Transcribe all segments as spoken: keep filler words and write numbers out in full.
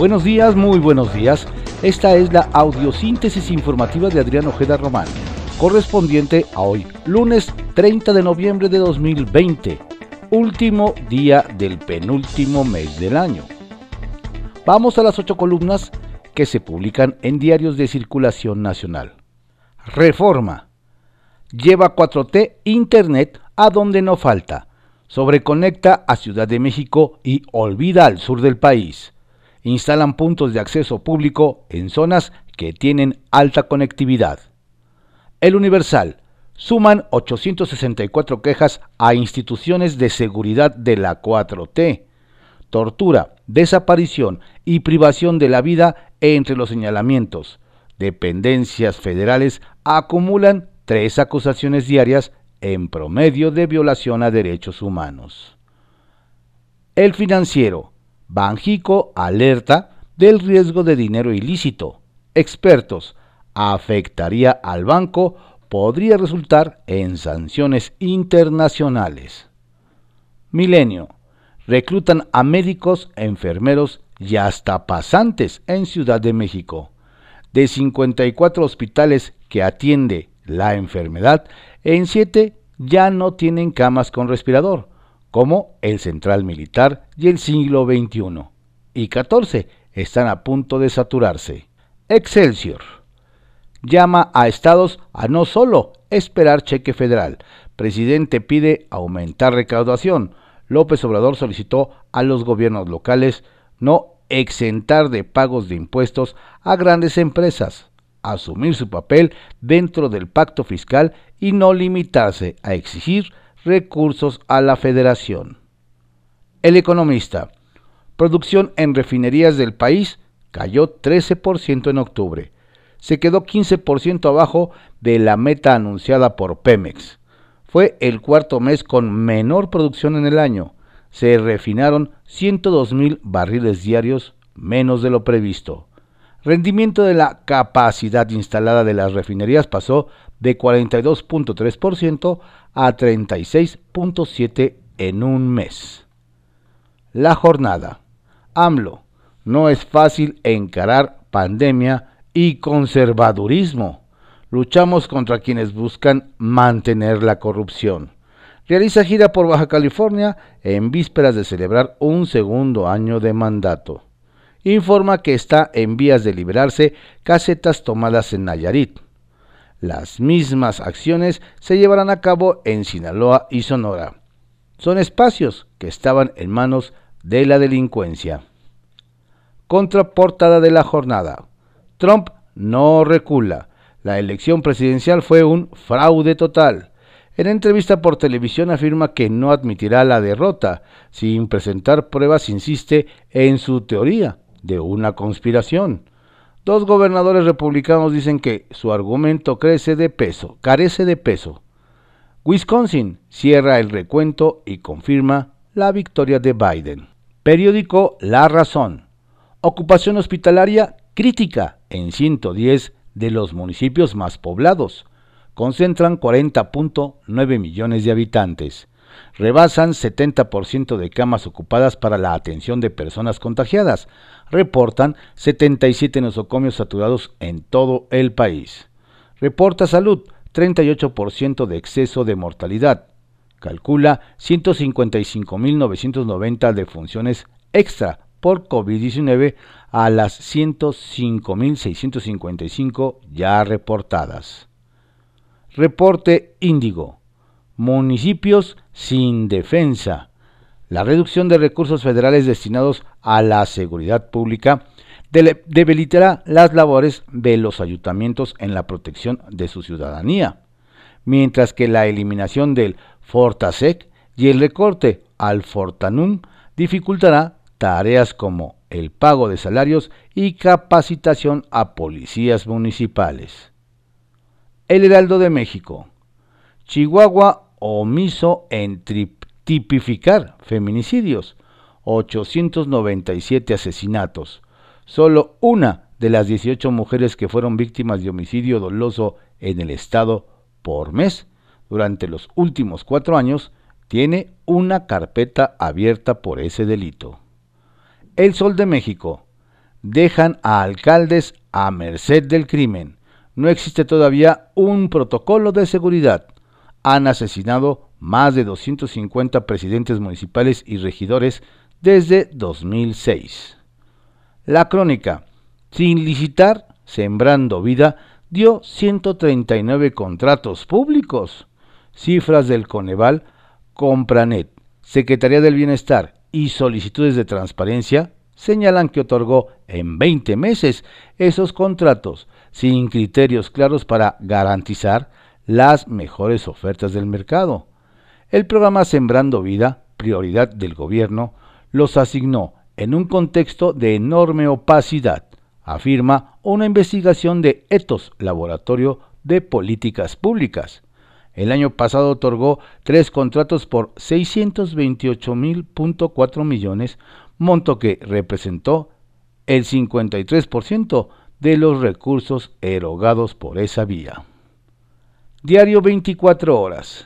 Buenos días, muy buenos días. Esta es la audiosíntesis informativa de Adrián Ojeda Román, correspondiente a hoy, lunes treinta de noviembre de dos mil veinte, último día del penúltimo mes del año. Vamos a las ocho columnas que se publican en diarios de circulación nacional. Reforma. Lleva cuatro T Internet a donde no falta. Sobreconecta a Ciudad de México y olvida al sur del país. Instalan puntos de acceso público en zonas que tienen alta conectividad. El Universal. Suman ochocientas sesenta y cuatro quejas a instituciones de seguridad de la cuatro T. Tortura, desaparición y privación de la vida entre los señalamientos. Dependencias federales acumulan tres acusaciones diarias en promedio de violación a derechos humanos. El Financiero. Banjico alerta del riesgo de dinero ilícito. Expertos. Afectaría al banco, podría resultar en sanciones internacionales. Milenio. Reclutan a médicos, enfermeros y hasta pasantes en Ciudad de México. De cincuenta y cuatro hospitales que atiende la enfermedad, en siete ya no tienen camas con respirador, como el Central Militar y el Siglo veintiuno, y catorce están a punto de saturarse. Excelsior. Llama a estados a no solo esperar cheque federal. Presidente pide aumentar recaudación. López Obrador solicitó a los gobiernos locales no exentar de pagos de impuestos a grandes empresas, asumir su papel dentro del pacto fiscal y no limitarse a exigir recursos a la Federación. El Economista. Producción en refinerías del país cayó trece por ciento en octubre. Se quedó quince por ciento abajo de la meta anunciada por Pemex. Fue el cuarto mes con menor producción en el año. Se refinaron ciento dos mil barriles diarios, menos de lo previsto. Rendimiento de la capacidad instalada de las refinerías pasó de cuarenta y dos punto tres por ciento a treinta y seis punto siete por ciento en un mes. La Jornada. AMLO. No es fácil encarar pandemia y conservadurismo. Luchamos contra quienes buscan mantener la corrupción. Realiza gira por Baja California en vísperas de celebrar un segundo año de mandato. Informa que está en vías de liberarse casetas tomadas en Nayarit. Las mismas acciones se llevarán a cabo en Sinaloa y Sonora. Son espacios que estaban en manos de la delincuencia. Contraportada de la jornada. Trump no recula. La elección presidencial fue un fraude total. En entrevista por televisión afirma que no admitirá la derrota. Sin presentar pruebas insiste en su teoría de una conspiración. Dos gobernadores republicanos dicen que su argumento crece de peso, carece de peso. Wisconsin cierra el recuento y confirma la victoria de Biden. Periódico La Razón. Ocupación hospitalaria crítica en ciento diez de los municipios más poblados. Concentran cuarenta punto nueve millones de habitantes. Rebasan setenta por ciento de camas ocupadas para la atención de personas contagiadas. Reportan setenta y siete nosocomios saturados en todo el país. Reporta Salud, treinta y ocho por ciento de exceso de mortalidad. Calcula ciento cincuenta y cinco mil novecientos noventa defunciones extra por COVID diecinueve a las ciento cinco mil seiscientos cincuenta y cinco ya reportadas. Reporte Índigo. Municipios sin defensa. La reducción de recursos federales destinados a la seguridad pública debilitará las labores de los ayuntamientos en la protección de su ciudadanía, mientras que la eliminación del Fortasec y el recorte al Fortanum dificultará tareas como el pago de salarios y capacitación a policías municipales. El Heraldo de México. Chihuahua omiso en tipificar feminicidios. ochocientos noventa y siete asesinatos. Solo una de las dieciocho mujeres que fueron víctimas de homicidio doloso en el estado por mes durante los últimos cuatro años tiene una carpeta abierta por ese delito. El Sol de México. dejan a alcaldes a merced del crimen. No existe todavía un protocolo de seguridad. Han asesinado más de doscientos cincuenta presidentes municipales y regidores desde dos mil seis. La Crónica, sin licitar, Sembrando Vida, dio ciento treinta y nueve contratos públicos. Cifras del Coneval, Compranet, Secretaría del Bienestar y solicitudes de transparencia señalan que otorgó en veinte meses esos contratos sin criterios claros para garantizar las mejores ofertas del mercado. El programa Sembrando Vida, prioridad del gobierno, los asignó en un contexto de enorme opacidad, afirma una investigación de Ethos, Laboratorio de Políticas Públicas. El año pasado otorgó tres contratos por seiscientos veintiocho mil punto cuatro millones, monto que representó el cincuenta y tres por ciento de los recursos erogados por esa vía. Diario veinticuatro horas.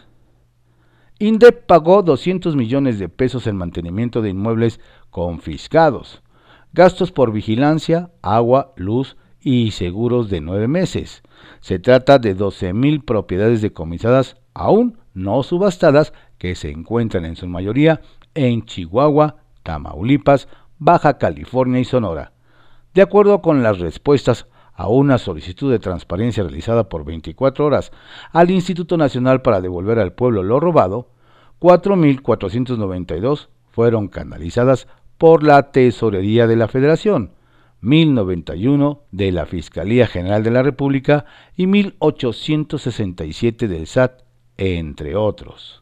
INDEP pagó doscientos millones de pesos en mantenimiento de inmuebles confiscados, gastos por vigilancia, agua, luz y seguros de nueve meses. Se trata de doce mil propiedades decomisadas aún no subastadas que se encuentran en su mayoría en Chihuahua, Tamaulipas, Baja California y Sonora. De acuerdo con las respuestas a una solicitud de transparencia realizada por veinticuatro horas al Instituto Nacional para devolver al pueblo lo robado, cuatro mil cuatrocientos noventa y dos fueron canalizadas por la Tesorería de la Federación, mil noventa y uno de la Fiscalía General de la República y mil ochocientos sesenta y siete del S A T, entre otros.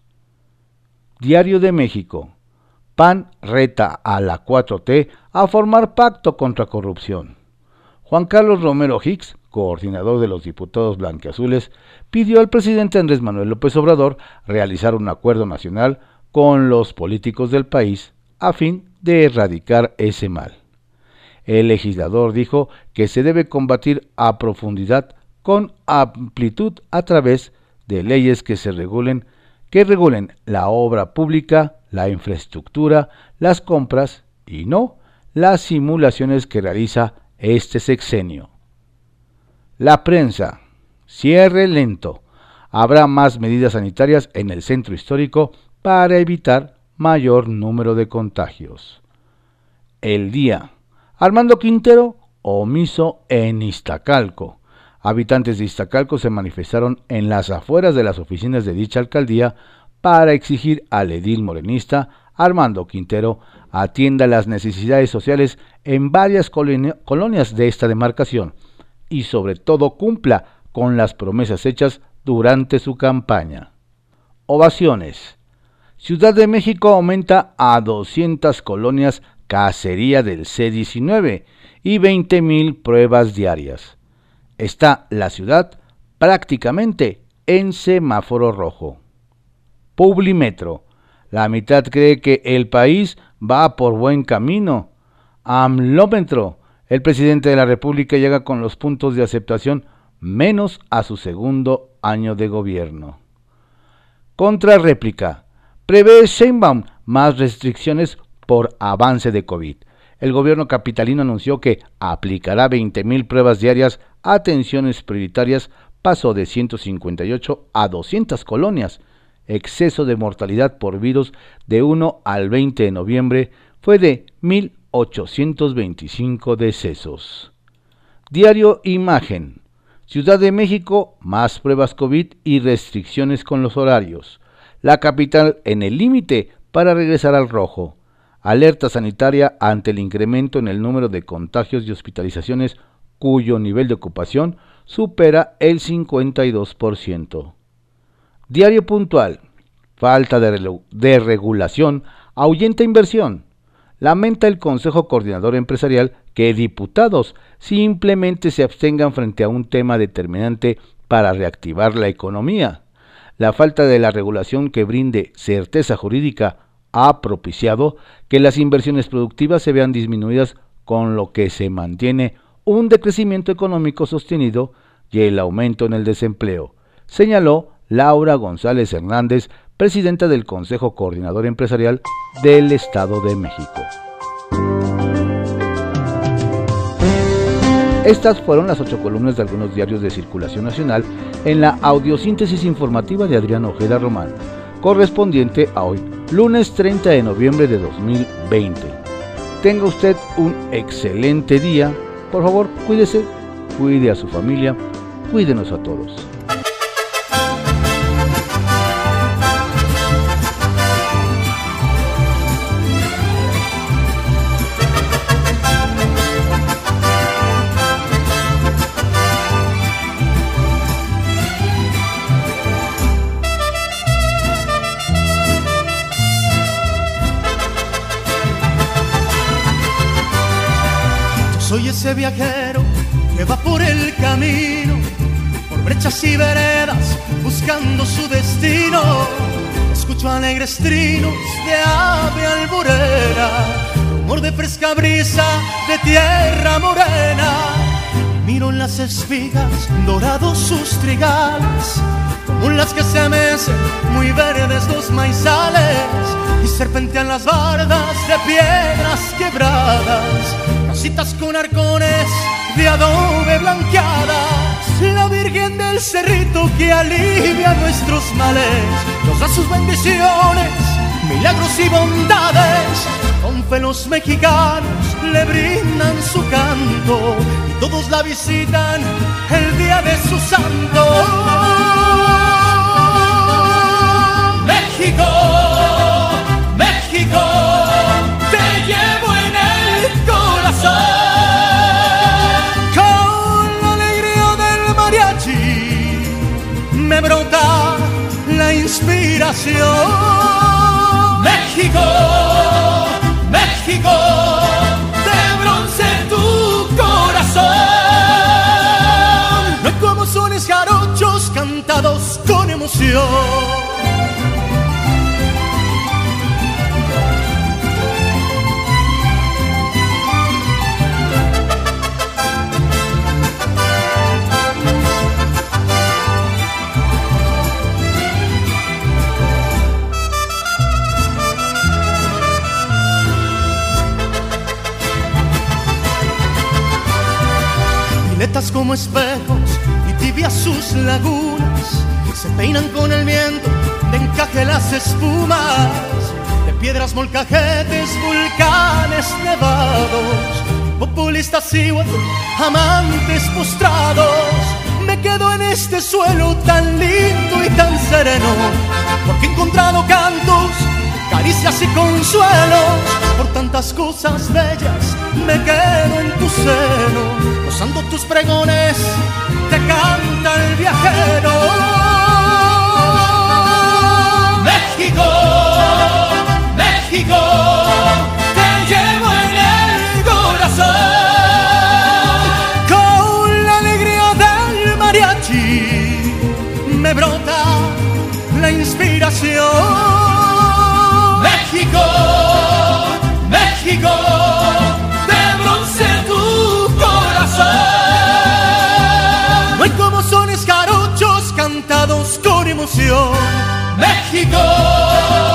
Diario de México. P A N reta a la cuatro T a formar pacto contra corrupción. Juan Carlos Romero Hicks, coordinador de los diputados blanquiazules, pidió al presidente Andrés Manuel López Obrador realizar un acuerdo nacional con los políticos del país a fin de erradicar ese mal. El legislador dijo que se debe combatir a profundidad con amplitud a través de leyes que se regulen, que regulen la obra pública, la infraestructura, las compras y no las simulaciones que realiza este sexenio. La prensa. Cierre lento. Habrá más medidas sanitarias en el centro histórico para evitar mayor número de contagios. El Día. Armando Quintero, omiso en Iztacalco. Habitantes de Iztacalco se manifestaron en las afueras de las oficinas de dicha alcaldía para exigir al edil morenista Armando Quintero atienda las necesidades sociales en varias colonias de esta demarcación y sobre todo cumpla con las promesas hechas durante su campaña. Ovaciones. Ciudad de México aumenta a doscientas colonias cacería del C diecinueve y veinte mil pruebas diarias. Está la ciudad prácticamente en semáforo rojo. Publimetro. La mitad cree que el país va por buen camino. AMLómetro. El presidente de la República llega con los puntos de aceptación menos a su segundo año de gobierno. Contrarréplica. Prevé Sheinbaum más restricciones por avance de COVID. El gobierno capitalino anunció que aplicará veinte mil pruebas diarias a atenciones prioritarias, pasó de ciento cincuenta y ocho a doscientas colonias. Exceso de mortalidad por virus de uno al veinte de noviembre fue de mil ochocientos veinticinco decesos. Diario Imagen. Ciudad de México, más pruebas COVID y restricciones con los horarios. La capital en el límite para regresar al rojo. Alerta sanitaria ante el incremento en el número de contagios y hospitalizaciones cuyo nivel de ocupación supera el cincuenta y dos por ciento. Diario Puntual. Falta de, re de regulación ahuyenta inversión. Lamenta el Consejo Coordinador Empresarial que diputados simplemente se abstengan frente a un tema determinante para reactivar la economía. La falta de la regulación que brinde certeza jurídica ha propiciado que las inversiones productivas se vean disminuidas, con lo que se mantiene un decrecimiento económico sostenido y el aumento en el desempleo, señaló Laura González Hernández, presidenta del Consejo Coordinador Empresarial del Estado de México. Estas fueron las ocho columnas de algunos diarios de circulación nacional en la audiosíntesis informativa de Adrián Ojeda Román, correspondiente a hoy, lunes treinta de noviembre de dos mil veinte. Tenga usted un excelente día. Por favor, cuídese, cuide a su familia, cuídenos a todos. Soy ese viajero que va por el camino, por brechas y veredas, buscando su destino. Escucho alegres trinos de ave alborera, rumor de fresca brisa de tierra morena. Miro en las espigas dorados sus trigales, como las que se mecen muy verdes los maizales, y serpentean las bardas de piedras quebradas, casitas con arcones de adobe blanqueadas. La Virgen del Cerrito que alivia nuestros males nos da sus bendiciones, milagros y bondades. Con fe los mexicanos le brindan su canto y todos la visitan el día de su santo. México, México, te llevo en el corazón. Con la alegría del mariachi me brota la inspiración. México, México, de bronce tu corazón. No hay como sones jarochos cantados con emoción. Violetas como espejos y tibias sus lagunas, se peinan con el viento de encaje las espumas, de piedras molcajetes, volcanes nevados, populistas y amantes postrados. Me quedo en este suelo tan lindo y tan sereno, porque he encontrado cantos, caricias y consuelos. Por tantas cosas bellas me quedo en tu seno, gozando tus pregones, te canta el viajero. México, México, te llevo en el corazón. Con la alegría del mariachi me brota la inspiración. México, México, de bronce tu corazón. No hay como sones jarochos cantados con emoción. México.